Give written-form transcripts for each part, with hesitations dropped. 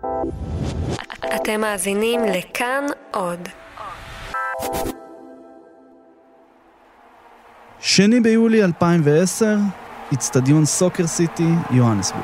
אתם מאזינים לכאן עוד. 2 ביולי 2010, אצטדיון סוקר סיטי, יוהנסבורג.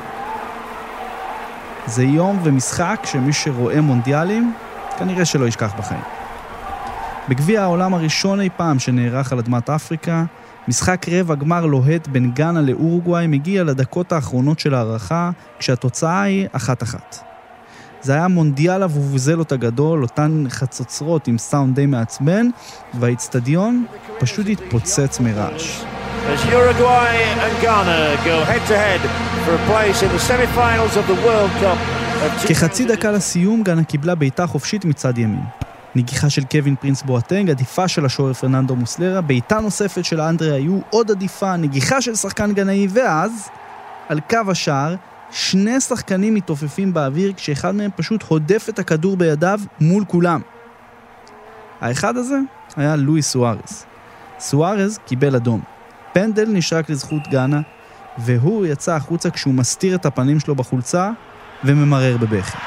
זה יום ומשחק שמי שרואה מונדיאלים כנראה שלא ישכח בחיים. בגביע העולם הראשון אי פעם שנערך על אדמת אפריקה, משחק רבע גמר לוהט בין גאנה לאורוגוואי מגיע לדקות האחרונות של הערכה, כשהתוצאה היא 1-1. זה היה מונדיאל הוובוזלות הגדול, אותן חצוצרות עם סאונד די מעצבן, והאצטדיון פשוט התפוצץ מרעש. As Uruguay and Ghana go head to head for a place in the semi-finals of the World Cup. כחצי דקה לסיום, גאנה קיבלה בעיטה חופשית מצד ימין. נגיחה של קווין פרינס בואטנג, עדיפה של השוער פרננדו מוסלרה, בעיטה נוספת של אנדרי היו, עוד עדיפה, נגיחה של שחקן גנאי, ואז, על קו השער, 2 שחקנים מתעופפים באוויר, כשאחד מהם פשוט הודף את הכדור בידיו מול כולם. האחד הזה היה לואיס סוארז. סוארז קיבל אדום. פנדל נשרק לזכות גאנה, והוא יצא החוצה כשהוא מסתיר את הפנים שלו בחולצה, וממרר בבכי.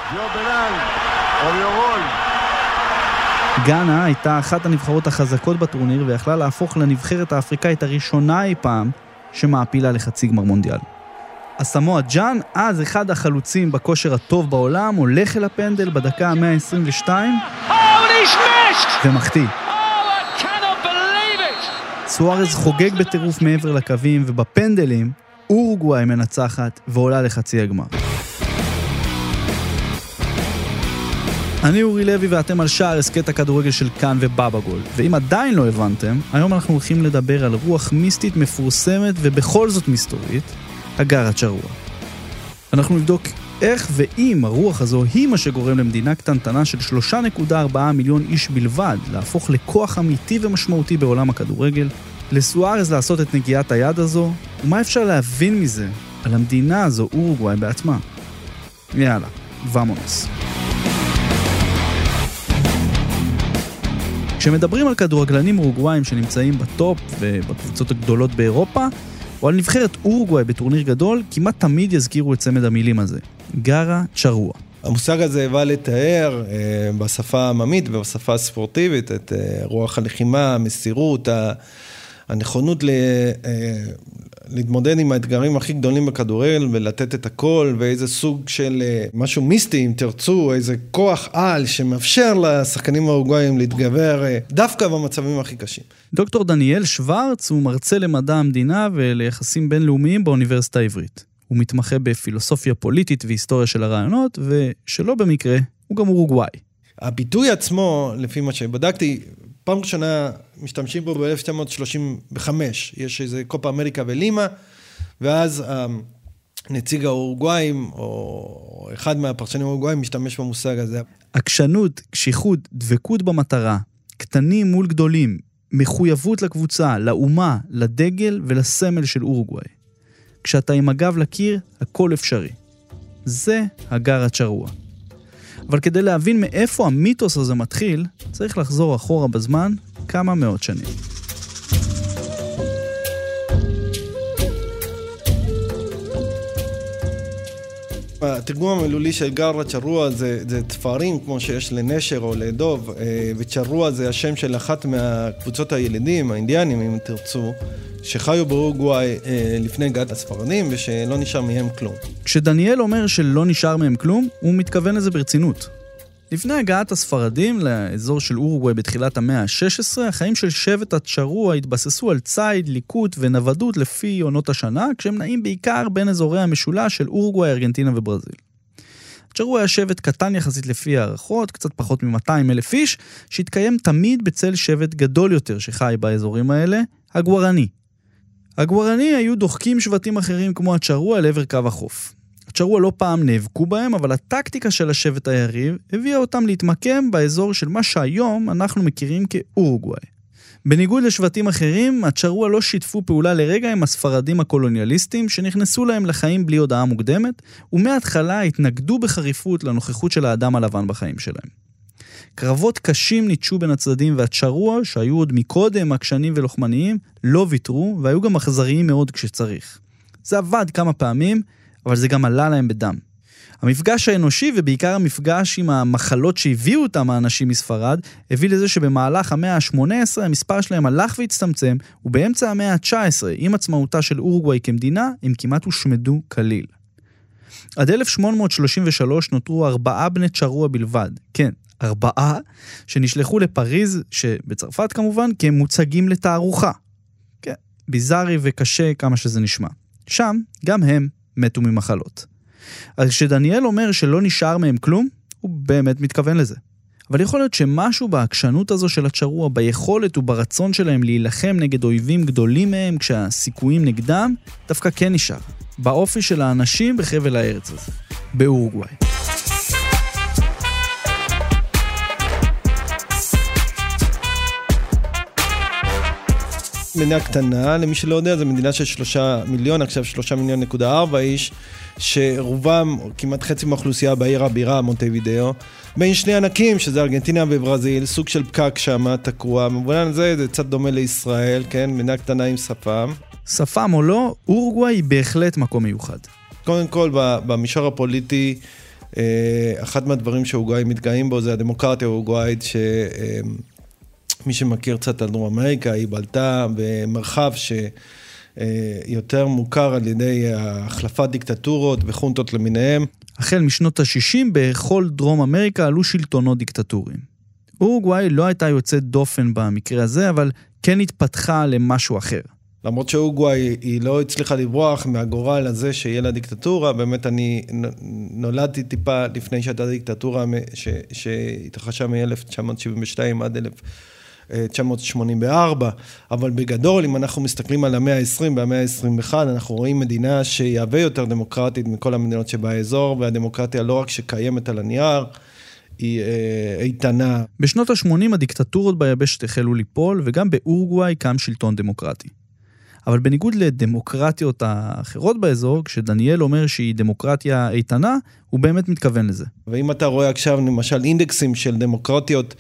גאנה הייתה אחת הנבחרות החזקות בטורניר, ויכלה להפוך לנבחרת האפריקאית הראשונה אי פעם, שמעפילה לחצי גמר מונדיאל. הסמואה ג'אן, אז אחד החלוצים בכושר הטוב בעולם, הולך אל הפנדל בדקה ה-122, ומחטיא. סוארז חוגג בטירוף מעבר לקווים, ובפנדלים, אורוגוואי מנצחת ועולה לחצי הגמר. אני אורי לוי ואתם על שער הסקט הכדורגל של כאן ובאבא גול. ואם עדיין לא הבנתם, היום אנחנו הולכים לדבר על רוח מיסטית מפורסמת ובכל זאת מסתורית, הגארה צ'רוע. אנחנו נבדוק איך ואם הרוח הזו היא מה שגורם למדינה קטנטנה של 3.4 מיליון איש בלבד להפוך לכוח אמיתי ומשמעותי בעולם הכדורגל, לסוארז לעשות את נגיעת היד הזו, ומה אפשר להבין מזה על המדינה הזו אורוגוואי בעצמה. יאללה, ואמונוס. כשמדברים על כדורגלנים אורוגוואים שנמצאים בטופ ובקבוצות הגדולות באירופה, או על נבחרת אורוגוואי בטורניר גדול, כמעט תמיד יזכירו את צמד המילים הזה, גארה צ'רוע. המושג הזה בא לתאר בשפה העממית ובשפה הספורטיבית את רוח הלחימה, המסירות, הנכונות להתמודד עם האתגרים הכי גדולים בכדורגל ולתת את הכל, ואיזה סוג של משהו מיסטי, אם תרצו, איזה כוח על שמאפשר לשחקנים האורוגוואים להתגבר דווקא במצבים הכי קשים. דוקטור דניאל שוורץ הוא מרצה למדע המדינה וליחסים בינלאומיים באוניברסיטה העברית. הוא מתמחה בפילוסופיה פוליטית והיסטוריה של הרעיונות, ושלא במקרה, הוא גם אורוגוואי. הביטוי עצמו, לפי מה שבדקתי, פעם ראשונה משתמשים בו ב-1935, יש איזה קופה אמריקה ולימה, ואז נציג האורוגוואים, או אחד מהפרשנים האורוגוואים, משתמש במושג הזה. עקשנות, קשיחות, דבקות במטרה, קטנים מול גדולים, מחויבות לקבוצה, לאומה, לדגל ולסמל של אורוגוואי. כשאתה עם הגב לקיר, הכל אפשרי. זה הגארה צ'רוע. אבל כדי להבין מאיפה המיתוס הזה מתחיל, צריך לחזור אחורה בזמן כמה מאות שנים. התרגום המילולי של גארה צ'רוע זה תפרים כמו שיש לנשר או לדוב, וצ'רוע זה השם של אחת מהקבוצות הילידים, האינדיאנים אם תרצו, שחיו באורוגוואי לפני הגעת הספרדים ושלא נשאר מהם כלום. כשדניאל אומר שלא נשאר מהם כלום, הוא מתכוון לזה ברצינות. לפני הגעת הספרדים לאזור של אורוגוואי בתחילת המאה ה-16, החיים של שבט הצ'רוע התבססו על ציד, ליקוט ונוודות לפי עונות השנה, כשהם נעים בעיקר בין אזורי המשולש של אורוגוואי, ארגנטינה וברזיל. הצ'רוע היה שבט קטן יחסית לפי הערכות, קצת פחות מ-200,000 איש, שהתקיים תמיד בצל שבט גדול יותר שחי באזורים האלה, הגוארני. הגוארני היו דוחקים שבטים אחרים כמו הצ'רוע אל עבר קו החוף. הצ'רוע לא פעם נאבקו בהם, אבל הטקטיקה של השבט היריב הביאה אותם להתמקם באזור של מה שהיום אנחנו מכירים כאורוגוואי. בניגוד לשבטים אחרים, הצ'רוע לא שיתפו פעולה לרגע עם הספרדים הקולוניאליסטים שנכנסו להם לחיים בלי הודעה מוקדמת, ומההתחלה התנגדו בחריפות לנוכחות של האדם הלבן בחיים שלהם. קרבות קשים ניטשו בין הצדדים, והצ'רוע, שהיו עוד מקודם עקשנים ולוחמניים, לא ויתרו, והיו גם אכזריים מאוד כשצריך. זה עבד כמה פעמים, אבל זה גם עלה להם בדם. המפגש האנושי ובעיקר המפגש עם המחלות שהביאו אותם האנשים מספרד, הביא לזה שבמהלך המאה ה-18 המספר שלהם הלך והצטמצם, ובאמצע המאה ה-19, עם עצמאותה של אורוגוואי כמדינה, הם כמעט הושמדו כליל. עד 1833 נותרו 4 בני צ'רוע בלבד, כן, 4, שנשלחו לפריז, שבצרפת כמובן, כי הם מוצגים לתערוכה. כן, ביזארי וקשה כמה שזה נשמע. שם, גם הם מתו ממחלות. אז כשדניאל אומר שלא נשאר מהם כלום, הוא באמת מתכוון לזה. אבל יכול להיות שמשהו בעקשנות הזו של הצ'רוע, ביכולת וברצון שלהם להילחם נגד אויבים גדולים מהם, כשהסיכויים נגדם, דווקא כן נשאר. באופי של האנשים בחבל הארץ הזה, באורוגוואי. מדינה קטנה, למי שלא יודע, זו מדינה של 3 מיליון, עכשיו 3.4 איש, שרובם, כמעט חצי מהאוכלוסייה בעיר הבירה, מונטווידאו, בין שני ענקים, שזה ארגנטינה וברזיל, סוג של פקק שם, תקוע, במובן הזה זה קצת דומה לישראל, כן? מדינה קטנה עם שפם. שפם או לא, אורוגוואי היא בהחלט מקום מיוחד. קודם כל, במישור הפוליטי, אחד מהדברים שאורוגוואי מתגאים בו, זה הדמוקרטיה האורוגוואית, מי שמכיר קצת על דרום אמריקה, היא בלטה במרחב שיותר מוכר על ידי החלפת דיקטטורות וחונטות למיניהם. החל משנות ה-60 בכל דרום אמריקה עלו שלטונות דיקטטוריים. אורוגוואי לא הייתה יוצאת דופן במקרה הזה, אבל כן התפתחה למשהו אחר. למרות שאורוגוואי היא לא הצליחה לברוח מהגורל הזה שיהיה לה דיקטטורה, באמת אני נולדתי טיפה לפני שהייתה דיקטטורה שהתרחשה מ-1972 עד 1984, אבל בגדול, אם אנחנו מסתכלים על המאה ה-20 והמאה ה-21, אנחנו רואים מדינה שהיא הרבה יותר דמוקרטית מכל המדינות שבאזור, והדמוקרטיה לא רק שקיימת על הנייר, היא איתנה. בשנות ה-80 הדיקטטורות ביבשת החלו ליפול, וגם באורוגוואי קם שלטון דמוקרטי. אבל בניגוד לדמוקרטיות האחרות באזור, כשדניאל אומר שהיא דמוקרטיה איתנה, הוא באמת מתכוון לזה. ואם אתה רואה עכשיו למשל אינדקסים של דמוקרטיות,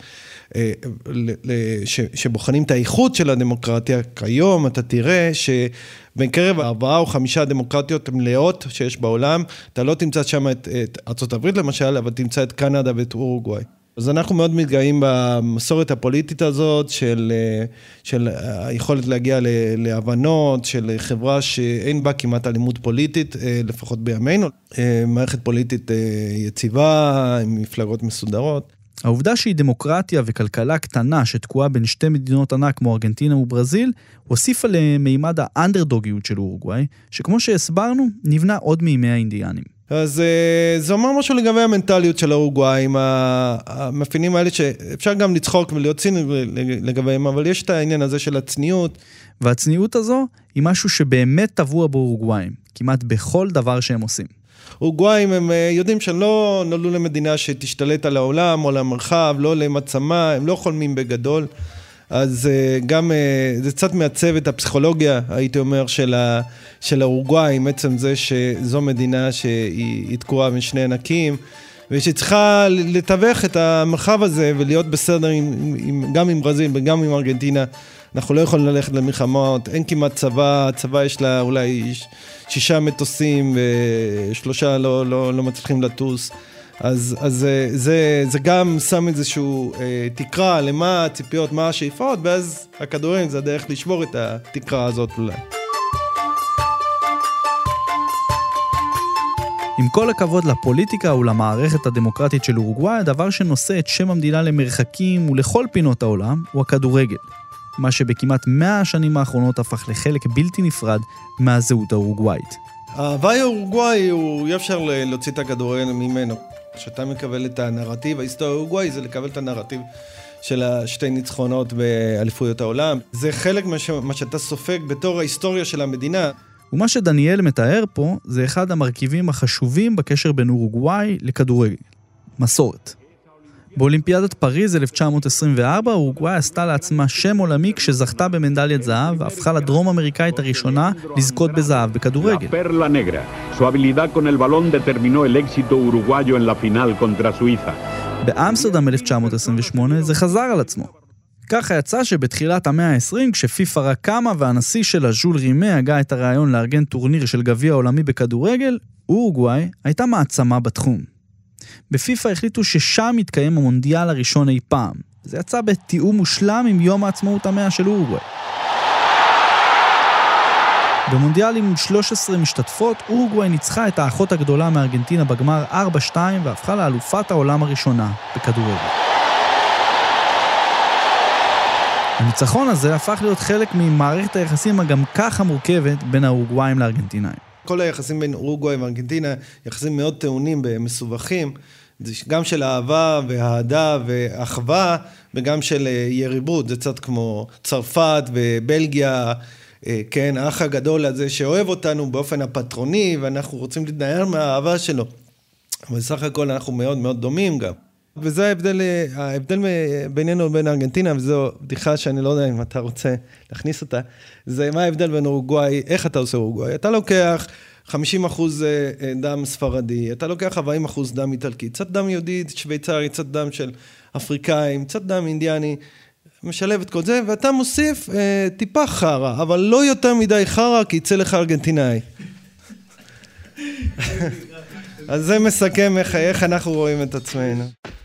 שבוחנים את האיכות של הדמוקרטיה, כיום אתה תראה שבקרב 4 או 5 דמוקרטיות מלאות שיש בעולם, אתה לא תמצא שם את ארצות הברית למשל, אבל תמצא את קנדה ואת אורוגוואי. אז אנחנו מאוד מתגאים במסורת הפוליטית הזאת, של היכולת להגיע להבנות, של חברה שאין בה כמעט אלימות פוליטית, לפחות בימינו, מערכת פוליטית יציבה, עם מפלגות מסודרות. העובדה שהיא דמוקרטיה וכלכלה קטנה שתקועה בין שתי מדינות ענק כמו ארגנטינה וברזיל, הוסיפה למימד האנדרדוגיות של אורוגוואי, שכמו שהסברנו, נבנה עוד מימי האינדיאנים. אז זה אומר משהו לגבי המנטליות של אורוגוואי, עם המאפיינים האלה שאפשר גם לצחוק ולהיות ציני לגביהם, אבל יש את העניין הזה של הצניעות. והצניעות הזו היא משהו שבאמת טבוע באורוגוואיים, כמעט בכל דבר שהם עושים. אורוגוואיים הם יודעים שהם לא נולדו למדינה שתשתלט על העולם או למרחב, לא למעצמה, הם לא חולמים בגדול, אז גם זה קצת מעצב את הפסיכולוגיה, הייתי אומר, של אורוגוואי, עצם זה שזו מדינה שהיא תקועה בין שני ענקים, ושצריכה לתווך את המרחב הזה ולהיות בסדר גם עם ברזיל וגם עם ארגנטינה. אנחנו לא יכולים ללכת למלחמות, אין כמעט צבא, הצבא יש לה אולי 6 מטוסים ו3 לא מצליחים לטוס. אז זה גם שם איזשהו תקרה למה הציפיות, מה השאיפות, ואז הכדורגל זה הדרך לשבור את התקרה הזאת אולי. עם כל הכבוד לפוליטיקה ולמערכת הדמוקרטית של אורוגוואי, הדבר שנושא את שם המדינה למרחקים ולכל פינות העולם הוא הכדורגל. מה שבכמעט 100 השנים האחרונות הפך לחלק בלתי נפרד מהזהות האורוגוואית. ההוואי האורוגוואי הוא אי אפשר להוציא את הכדורגל ממנו. כשאתה מקבל את הנרטיב, ההיסטוריה האורוגוואי זה לקבל את הנרטיב של השתי ניצחונות באליפויות העולם. זה חלק מה שאתה סופג בתור ההיסטוריה של המדינה. ומה שדניאל מתאר פה זה אחד המרכיבים החשובים בקשר בין אורוגוואי לכדורגל. מסורת. באולימפיאדת פריז 1924, אורוגוואי עשתה לעצמה שם עולמי כשזכתה במדליית זהב, והפכה לדרום אמריקאית הראשונה לזכות בזהב בכדורגל. פרלה נגרה. Su habilidad con el balón determinó el éxito uruguayo en la final contra Suiza. באמסטרדם 1928 זה חזר על עצמו. ככה יצא שבתחילת המאה ה-20, כשפיפה רק קמה והנשיא שלה ז'ול רימה הגה את הרעיון לארגן טורניר של גביע העולמי בכדורגל, אורוגוואי הייתה מעצמה בתחום. בפיפה החליטו ששם יתקיים המונדיאל הראשון אי פעם. זה יצא בתיאום מושלם עם יום העצמאות המאה של אורוגוואי. במונדיאל עם 13 משתתפות, אורוגוואי ניצחה את האחות הגדולה מארגנטינה בגמר 4-2 והפכה לאלופת העולם הראשונה בכדורגל. הניצחון הזה הפך להיות חלק ממערכת היחסים הגם ככה מורכבת בין האורוגוואים לארגנטינאים. כל היחסים בין אורוגוואי וארגנטינה, יחסים מאוד טעונים ומסובכים, גם של אהבה והאהדה ואחווה, וגם של יריבות, זה קצת כמו צרפת ובלגיה, כן, האח הגדול הזה שאוהב אותנו באופן הפטרוני, ואנחנו רוצים להתנער מהאהבה שלו. אבל בסך הכל אנחנו מאוד מאוד דומים גם. וזה ההבדל בינינו ובין ארגנטינה, וזו בדיחה שאני לא יודע אם אתה רוצה להכניס אותה, זה מה ההבדל בין אורוגוואי, איך אתה עושה אורוגוואי? אתה לוקח 50% דם ספרדי, אתה לוקח 40% דם איטלקי, קצת דם יהודי, שוויצרי, קצת דם של אפריקאים, קצת דם אינדיאני, משלב את כל זה, ואתה מוסיף טיפה חרה, אבל לא יותר מדי חרה, כי יצא לך ארגנטינאי. אז זה מסכם איך אנחנו רואים את עצמנו.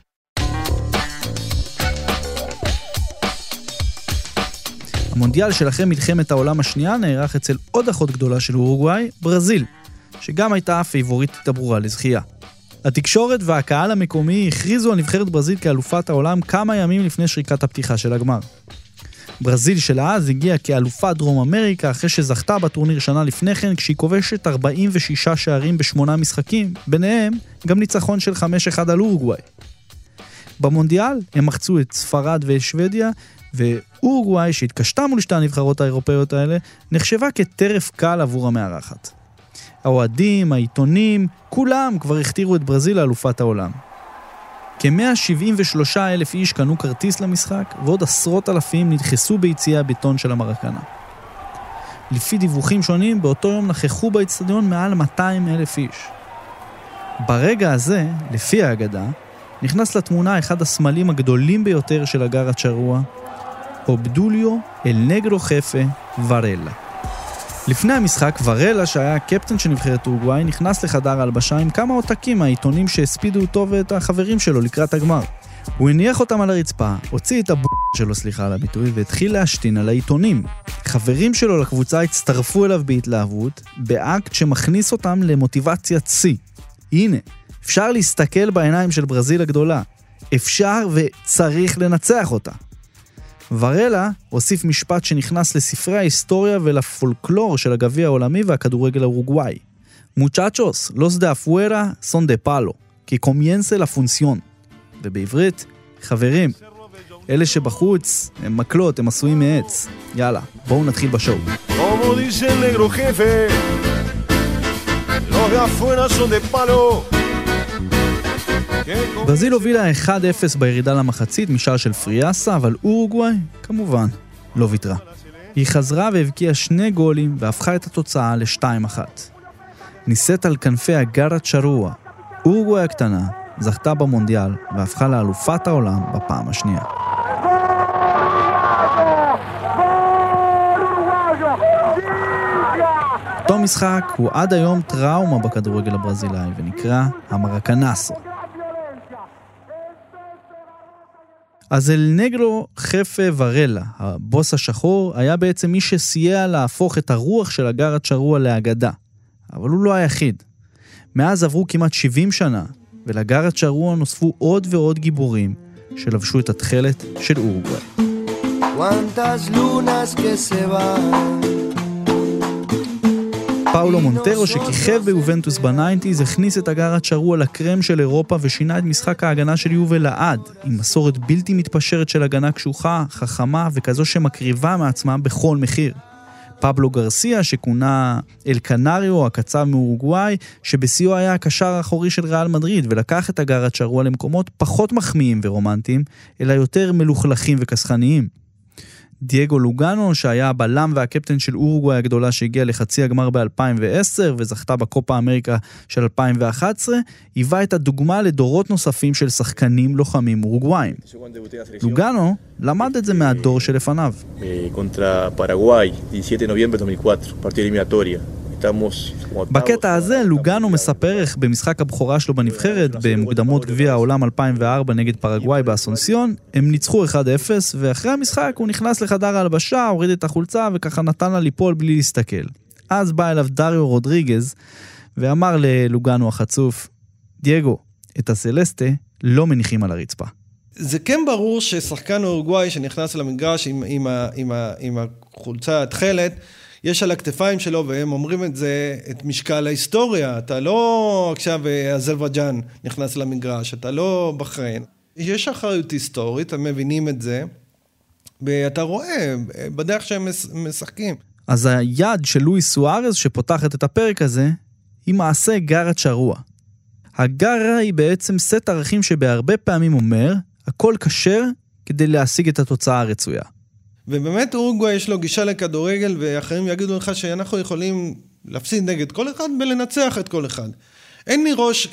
המונדיאל של אחרי מלחמת העולם השנייה נערך אצל עוד אחות גדולה של אורוגוואי, ברזיל, שגם הייתה הפייבוריטית הברורה לזכייה. התקשורת והקהל המקומי הכריזו על נבחרת ברזיל כאלופת העולם כמה ימים לפני שריקת הפתיחה של הגמר. ברזיל של אז הגיעה כאלופת דרום אמריקה אחרי שזכתה בטורניר שנה לפני כן, כשהיא כובשת 46 שערים ב8 משחקים, ביניהם גם ניצחון של 5-1 על אורוגוואי. במונדיאל הם מחצו את ספרד ואת שוודיה, ואורוגוואי שהתקשתה מול שתי הנבחרות האירופאיות האלה, נחשבה כטרף קל עבור המארחת. האוהדים, העיתונים, כולם כבר הכתירו את ברזיל לאלופת העולם. כ-173,000 איש קנו כרטיס למשחק, ועוד עשרות אלפים נדחסו ביציעי הבטון של המרקנה. לפי דיווחים שונים, באותו יום נכחו באצטדיון מעל 200,000 איש. ברגע הזה, לפי האגדה, נכנס לתמונה אחד הסמלים הגדולים ביותר של הגארה צ'רוע, אובדוליו אל נגרו חפה ורלה. לפני המשחק, ורלה, שהיה הקפטן של נבחרת אורוגוואי, נכנס לחדר ההלבשה עם כמה עותקים מהעיתונים שהספידו אותו ואת החברים שלו לקראת הגמר. הוא הניח אותם על הרצפה, הוציא את שלו, סליחה על הביטוי, והתחיל להשתין על העיתונים. חברים שלו לקבוצה הצטרפו אליו בהתלהבות, באקט שמכניס אותם למוטיבציית שיא. הנה, אפשר להסתכל בעיניים של ברזיל הגדולה. אפשר וצריך לנצח אותה. ורלה הוסיף משפט שנכנס לספרי ההיסטוריה ולפולקלור של הגביע העולמי והכדורגל האורוגוואי. Muchachos, los de afuera son de palo, que comience la función. ובעברית, חברים, אלה שבחוץ הם מקלות, הם עשויים מעץ. יאללה, בואו נתחיל בשואו. Como dice el negro jefe, los de afuera son de palo. ברזיל הובילה 1-0 בירידה למחצית משער של פריאסה, אבל אורוגוואי, כמובן, לא ויתרה. היא חזרה והבקיעה 2 גולים והפכה את התוצאה ל-2-1. ניסית על כנפי הגארה צ'רוע, אורוגוואי הקטנה זכתה במונדיאל והפכה לאלופת העולם בפעם השנייה. אותו משחק הוא עד היום טראומה בכדורגל הברזילאי ונקרא המרקנסו. אז אל נגרו חפה ורלה, הבוס השחור, היה בעצם מי שסייע להפוך את הרוח של הגארה צ'רוע לאגדה. אבל הוא לא היחיד. מאז עברו כמעט 70 שנה, ולגארה צ'רוע נוספו עוד ועוד גיבורים שלבשו את התכלת של אורוגוואי. פאולו מונטרו, שכיכב ביובנטוס ב-90s, הכניס את הגארה צ'רוע לקרם של אירופה ושינה את משחק ההגנה של יובל לעד, עם מסורת בלתי מתפשרת של הגנה קשוחה, חכמה וכזו שמקריבה מעצמה בכל מחיר. פבלו גרסיה, שכונה אל קנריו, הקצב מאורוגוואי, שבסיוע היה הקשר האחורי של ריאל מדריד, ולקח את הגארה צ'רוע למקומות פחות מחמיאים ורומנטיים, אלא יותר מלוכלכים וכסחניים. דייגו לוגאנו, שהיה הבלם והקפטן של אורוגוואי הגדולה שהגיע לחצי הגמר ב-2010 וזכתה בקופה אמריקה של 2011, היווה את הדוגמה לדורות נוספים של שחקנים לוחמים אורוגוואים. לוגאנו למד את זה מהדור שלפניו. contra Paraguay, 17 de noviembre de 2004, partido eliminatoria. בקטע הזה לוגאנו מספר איך במשחק הבכורה שלו בנבחרת, במוקדמות גביע העולם 2004 נגד פרגוואי באסונסיון, הם ניצחו 1-0, ואחרי המשחק הוא נכנס לחדר ההלבשה, הוריד את החולצה וככה נתן לה ליפול בלי להסתכל. אז בא אליו דריו רודריגז ואמר ללוגאנו החצוף, דייגו, את הסלסטה לא מניחים על הרצפה. זה כן ברור ששחקן אורוגוואי שנכנס למגרש עם החולצה התחלת, יש על הכתפיים שלו, והם אומרים את זה, את משקל ההיסטוריה. אתה לא עכשיו אזרבייג'אן נכנס למגרש, אתה לא בחריין. יש אחריות היסטורית, הם מבינים את זה, ואתה רואה בדרך שהם משחקים. אז היד של לואיס סוארז שפותחת את הפרק הזה, היא מעשה גארה צ'רוע. הגארה היא בעצם סט ערכים שבהרבה פעמים אומר, הכל כשר כדי להשיג את התוצאה הרצויה. ובאמת אורוגוואי יש לו גישה לכדורגל, ואחרים יגידו לך שאנחנו יכולים להפסיד נגד כל אחד ולנצח את כל אחד. אין לי ראש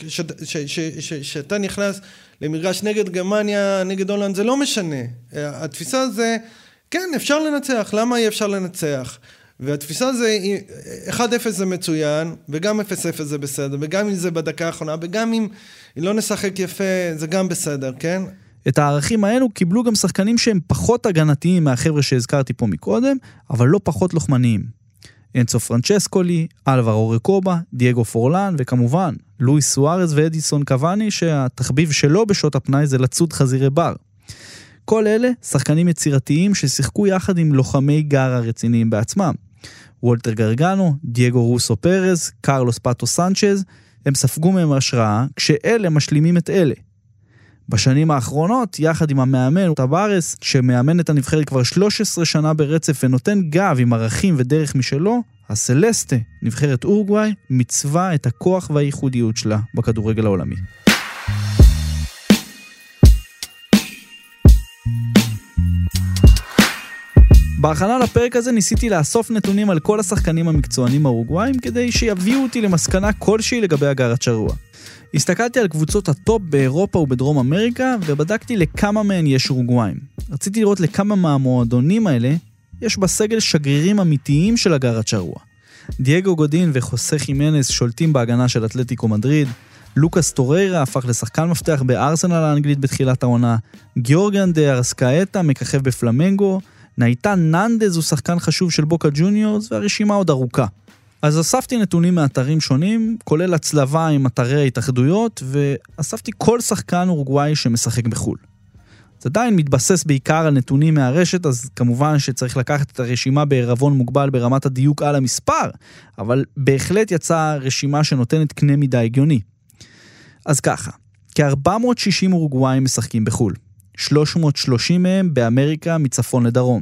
שאתה נכנס למגרש נגד גרמניה, נגד הולנד, זה לא משנה. התפיסה זה, כן, אפשר לנצח, למה אי אפשר לנצח? והתפיסה זה, 1-0 זה מצוין, וגם 0-0 זה בסדר, וגם אם זה בדקה האחרונה, וגם אם לא נשחק יפה, זה גם בסדר, כן? את הערכים האלו קיבלו גם שחקנים שהם פחות הגנתיים מהחבר'ה שהזכרתי פה מקודם, אבל לא פחות לוחמניים. אנצו פרנצ'סקולי, אלברו רקובה, דייגו פורלן, וכמובן, לואיס סוארז ואדיסון קוואני, שהתחביב שלו בשעות הפנאי זה לצוד חזירי בר. כל אלה שחקנים יצירתיים ששיחקו יחד עם לוחמי גארה רציניים בעצמם. וולטר גרגנו, דייגו רוסו פרז, קרלוס פאטו סנצ'ז, הם ספגו מהם השראה, כשאלה משלימים את אלה. בשנים האחרונות, יחד עם המאמן טבארס, שמאמן את הנבחרת כבר 13 שנה ברצף ונותן גב עם ערכים ודרך משלו, הסלסטה, נבחרת אורוגוואי, מצווה את הכוח והייחודיות שלה בכדורגל העולמי. בהכנה לפרק הזה ניסיתי לאסוף נתונים על כל השחקנים המקצוענים האורוגוואים כדי שיביאו אותי למסקנה כלשהי לגבי הגארה צ'רוע. הסתכלתי על קבוצות הטופ באירופה ובדרום אמריקה ובדקתי לכמה מהן יש אורוגוואים. רציתי לראות לכמה מהמועדונים האלה יש בסגל שגרירים אמיתיים של הגארה צ'רוע. דייגו גודין וחוסה חימנס שולטים בהגנה של אתלטיקו מדריד, לוקאס טוריירה הפך לשחקן מפתח בארסנל האנגלית בתחילת העונה, גיאורגן דה ארסקאטה מככב בפלמנגו, נייטן ננדז הוא שחקן חשוב של בוקה ג'וניורס, והרשימה עוד ארוכה. אז אספתי נתונים מאתרים שונים, כולל הצלבה עם אתרי ההתאחדויות, ואספתי כל שחקן אורוגוואי שמשחק בחול. זה עדיין מתבסס בעיקר על נתונים מהרשת, אז כמובן שצריך לקחת את הרשימה בערבון מוגבל ברמת הדיוק על המספר, אבל בהחלט יצאה רשימה שנותנת קנה מידה הגיוני. אז ככה, כ-460 אורוגוואים משחקים בחול. 330 מהם באמריקה מצפון לדרום,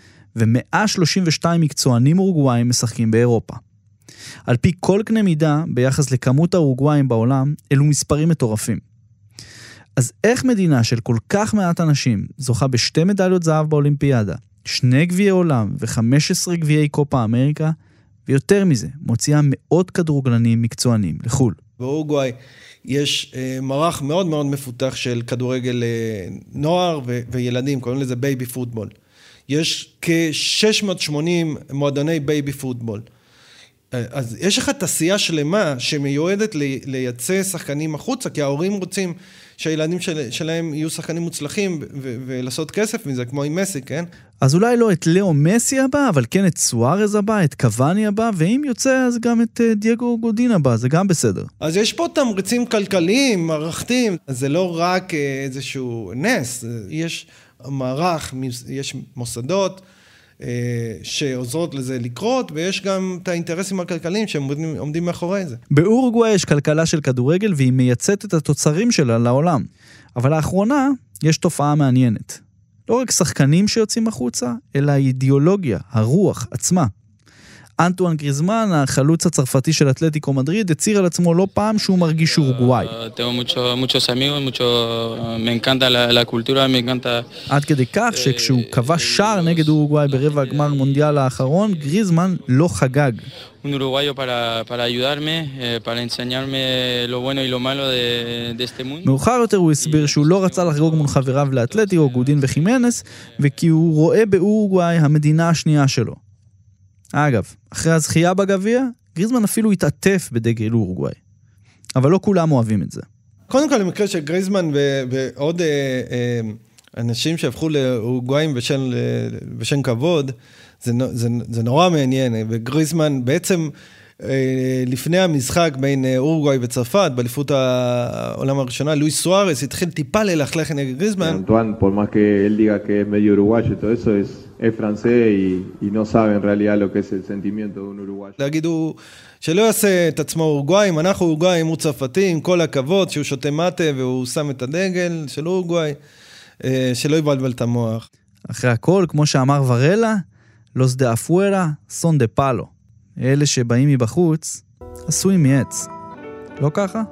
ו132 מקצוענים אורוגוואים משחקים באירופה. על פי כל קנה מידה, ביחס לכמות האורוגוואים בעולם, אלו מספרים מטורפים. אז איך מדינה של כל כך מעט אנשים זוכה בשתי מדליות זהב באולימפיאדה, 2 גביעי עולם ו15 גביעי קופה אמריקה, ויותר מזה, מוציאה מאות כדורגלנים מקצוענים לחול. באורוגוואי יש מערך מאוד מאוד מפותח של כדורגל נוער וילדים, קוראים לזה בייבי פוטבול. יש כ-680 מועדוני בייבי פוטבול. אז יש לך תעשייה שלמה שמיועדת לייצא שחקנים החוצה, כי ההורים רוצים שהילדים שלהם יהיו שחקנים מוצלחים ולעשות כסף מזה, כמו עם מסי, כן? אז אולי לא את לאו מסי הבא, אבל כן את סוארז הבא, את קוואני הבא, ואם יוצא אז גם את דייגו גודין הבא, זה גם בסדר. אז יש פה תמריצים כלכליים, מערכתיים, זה לא רק איזשהו נס, יש מערך, יש מוסדות שעוזרות לזה לקרות, ויש גם את האינטרסים הכלכליים שעומדים מאחורי זה. באורוגוואי יש כלכלה של כדורגל, והיא מייצאת את התוצרים שלה לעולם. אבל לאחרונה יש תופעה מעניינת. לא רק שחקנים שיוצאים החוצה, אלא האידיאולוגיה, הרוח עצמה. אנטואן גריזמן, החלוץ הצרפתי של אתלטיקו מדריד, הצהיר על עצמו לא פעם שהוא מרגיש אורוגוואי. עד כדי כך שכשהוא כבש שער נגד אורוגוואי ברבע הגמר מונדיאל האחרון, גריזמן לא חגג. Un uruguayo para ayudarme, para enseñarme lo bueno y lo malo de este mundo. מאוחר יותר הוא הסביר שהוא לא רצה לחגוג מול חבריו לאתלטיקו, גודין וחימנס, וכי הוא רואה באורוגוואי המדינה השנייה שלו. אגב, אחרי הזכייה בגביע, גריזמן אפילו התעטף בדגל אורוגוואי. אבל לא כולם אוהבים את זה. קודם כל, למקרה של גריזמן ועוד אנשים שהפכו לאורוגוואים בשם כבוד, זה נורא מעניין, וגריזמן בעצם לפני המשחק בין אורוגוואי וצרפת, באליפות העולם הראשונה, לואיס סוארס התחיל טיפה ללכלך נגד גריזמן. Antoine, por más que él diga que es medio uruguayo, todo eso es francés y no sabe en realidad lo que es el sentimiento de un uruguayo. להגיד הוא שלא יעשה את עצמו אורוגוואים, אנחנו אורוגוואים, הוא צרפתי, עם כל הכבוד, שהוא שותה מטה והוא שם את הדגל של אורוגוואי, שלא יבלבל את המוח. אחרי הכל, כמו שאמר ורלה, los de afuera son de palo. אלה שבאים מבחוץ, עשויים מעץ. לא ככה?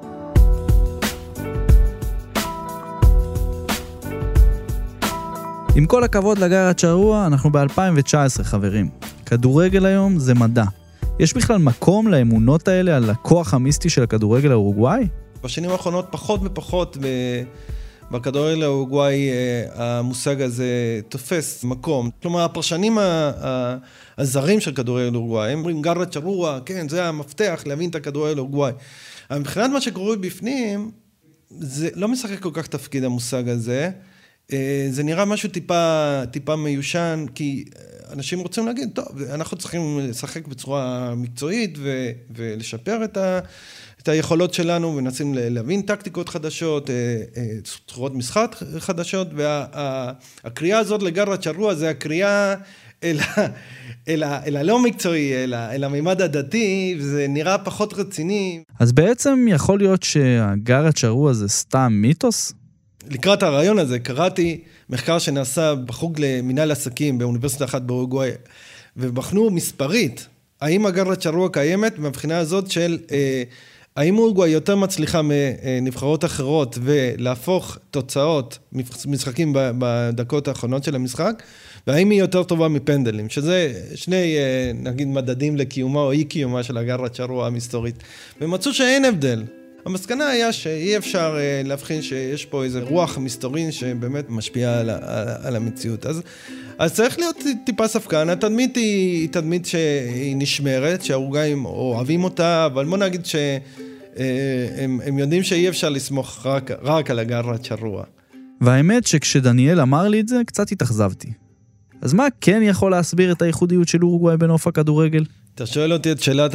עם כל הכבוד לגארד צ'רוע, אנחנו ב-2019 חברים. כדורגל היום זה מדע. יש בכלל מקום לאמונות האלה על הכוח המיסטי של הכדורגל האורוגוואי? בשנים האחרונות פחות ופחות בכדורגל האורוגוואי המושג הזה תופס מקום. כלומר, הפרשנים הזרים של כדורגל האורוגוואי, הם אומרים גארד צ'רוע, כן, זה המפתח להבין את הכדורגל האורוגוואי. אבל מבחינת מה שקורה בפנים, זה לא משחק כל כך תפקיד המושג הזה. זה נראה משהו טיפה מיושן, כי אנשים רוצים להגיד, טוב, אנחנו צריכים לשחק בצורה מקצועית ולשפר את היכולות שלנו, ונסים להבין טקטיקות חדשות, צורות משחק חדשות, והקריאה הזאת לגארד צ'רוע זה הקריאה אל הלא מקצועי, אל המימד הדתי, וזה נראה פחות רציני. אז בעצם יכול להיות שהגארד צ'רוע זה סתם מיתוס? לקראת הרעיון הזה, קראתי מחקר שנעשה בחוג למנהל עסקים באוניברסיטה אחת באורוגוואי, ובחנו מספרית, האם הגארד צ'רוע קיימת, מבחינה הזאת של האם אורוגוואי יותר מצליחה מנבחרות אחרות, ולהפוך תוצאות, משחקים בדקות האחרונות של המשחק, והאם היא יותר טובה מפנדלים, שזה שני, נגיד, מדדים לקיומה או אי קיומה של הגארד צ'רוע המסתורית, ומצאו שאין הבדל. המסקנה היה שאי אפשר להבחין שיש פה איזה רוח מסתורין שבאמת משפיעה על המציאות. אז צריך להיות טיפה ספקן. התדמית היא תדמית שהיא נשמרת, שהאורוגואים אוהבים אותה, אבל בוא נגיד שהם יודעים שאי אפשר לסמוך רק על הגארד צ'רוע. והאמת שכשדניאל אמר לי את זה, קצת התאכזבתי. אז מה כן יכול להסביר את הייחודיות של אורוגוואי בנוף הכדורגל? אתה שואל אותי את שאלת $1,000,000,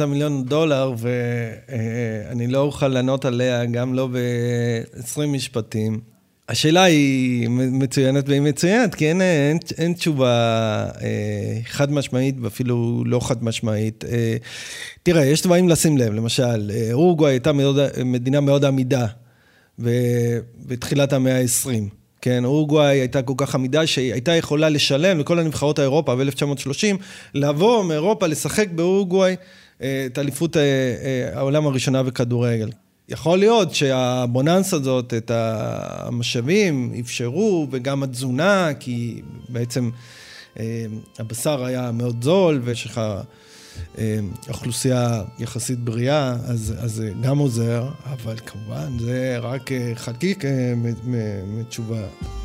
ואני לא אוכל לענות עליה, גם לא ב-20 משפטים. השאלה היא מצוינת והיא מצוינת, כי אין תשובה חד משמעית, ואפילו לא חד משמעית. תראה, יש דברים לשים לב, למשל, אורוגוואי הייתה מדינה מאוד עמידה, בתחילת המאה ה-20. כן, אורוגוואי הייתה כל כך עמידה שהייתה יכולה לשלם לכל הנבחרות האירופה ב-1930, לעבור מאירופה לשחק באורוגוואי את אליפות העולם הראשונה בכדורגל. יכול להיות שהבוננס הזאת, את המשאבים אפשרו, וגם התזונה, כי בעצם הבשר היה מאוד זול, ויש לך אוכלוסייה יחסית בריאה, אז זה גם עוזר, אבל כמובן זה רק חלקיק מתשובה.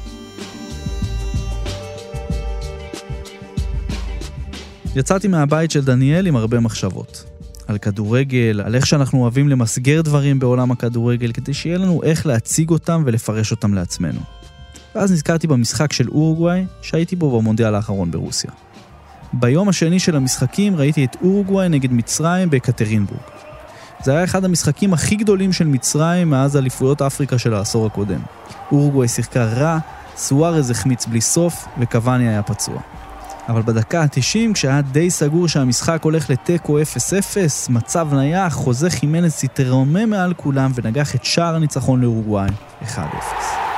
יצאתי מהבית של דניאל עם הרבה מחשבות. על כדורגל, על איך שאנחנו אוהבים למסגר דברים בעולם הכדורגל, כדי שיהיה לנו איך להציג אותם ולפרש אותם לעצמנו. ואז נזכרתי במשחק של אורוגוואי, שהייתי בו במונדיאל האחרון ברוסיה. ביום השני של המשחקים ראיתי את אורוגוואי נגד מצרים בקטרינבורג. זה היה אחד המשחקים הכי גדולים של מצרים מאז אליפויות אפריקה של העשור הקודם. אורוגוואי שיחקה רע, סוארז החמיץ בלי סוף וקוואני היה פצוע. אבל בדקה ה-90, כשהיה די סגור שהמשחק הולך לטקו 0-0, מצב נייח, חוזה חימנס התרומם מעל כולם ונגח את שער הניצחון לאורוגוואי 1-0.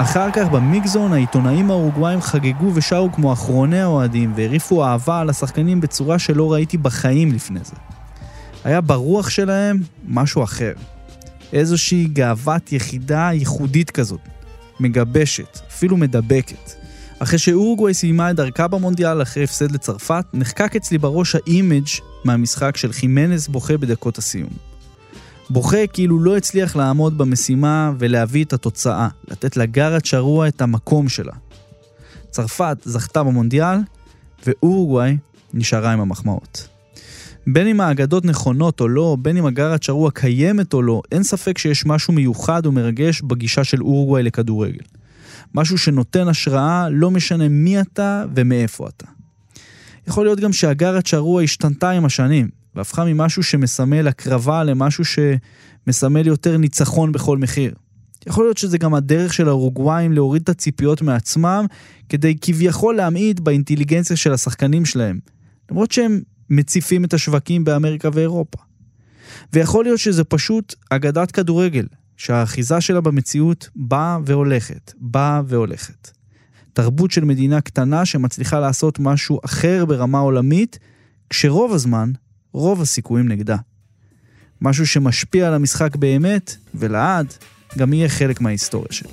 אחר כך במיגזון העיתונאים האורוגוואים חגגו ושרו כמו אחרוני האוהדים והריפו אהבה על השחקנים בצורה שלא ראיתי בחיים לפני זה. היה ברוח שלהם משהו אחר. איזושהי גאוות יחידה ייחודית כזאת. מגבשת, אפילו מדבקת. אחרי שאורוגוואי סיימה את דרכה במונדיאל אחרי הפסד לצרפת, נחקק אצלי בראש האימג' מהמשחק של חימנז בוכה בדקות הסיום. בוכה כאילו לא הצליח לעמוד במשימה ולהביא את התוצאה, לתת לגארד שרוע את המקום שלה. צרפת זכתה במונדיאל, ואורוגוואי נשארה עם המחמאות. בין אם האגדות נכונות או לא, בין אם הגארד שרוע קיימת או לא, אין ספק שיש משהו מיוחד ומרגש בגישה של אורוגוואי לכדורגל. משהו שנותן השראה, לא משנה מי אתה ומאיפה אתה. יכול להיות גם שהגארד שרוע השתנתה עם השנים, והפכה ממשהו שמסמל הקרבה למשהו שמסמל יותר ניצחון בכל מחיר. יכול להיות שזה גם הדרך של האורוגוואים להוריד את הציפיות מעצמם, כדי כביכול להמעיט באינטליגנציה של השחקנים שלהם, למרות שהם מציפים את השווקים באמריקה ואירופה. ויכול להיות שזה פשוט אגדת כדורגל, שהאחיזה שלה במציאות באה והולכת. תרבות של מדינה קטנה שמצליחה לעשות משהו אחר ברמה עולמית, כשרוב הזמן, רוב הסיכויים נגדה. משהו שמשפיע על המשחק באמת, ולעד גם יהיה חלק מההיסטוריה שלו.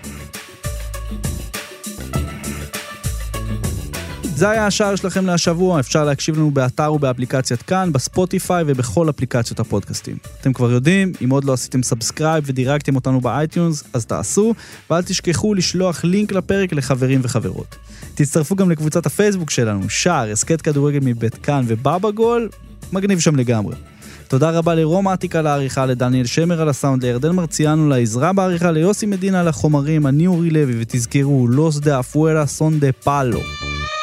זה היה השער שלכם להשבוע, אפשר להקשיב לנו באתר ובאפליקציית כאן, בספוטיפיי ובכל אפליקציות הפודקאסטים. אתם כבר יודעים, אם עוד לא עשיתם סאבסקרייב ודירקתם אותנו באייטיונס, אז תעשו, ואל תשכחו לשלוח לינק לפרק לחברים וחברות. תצטרפו גם לקבוצת הפייסבוק שלנו, שער, הסקט כדורגל מבית כאן ובאבא גול, מגניב שם לגמרי. תודה רבה לרום עתיקה לעריכה, לדניאל שמר על הסאונד, לירדן מרציאנו לעזרה בעריכה, ליוסי מדינה לחומרים, אני אורי לוי, ותזכרו, לוס דה אפוארה סון דה פאלו.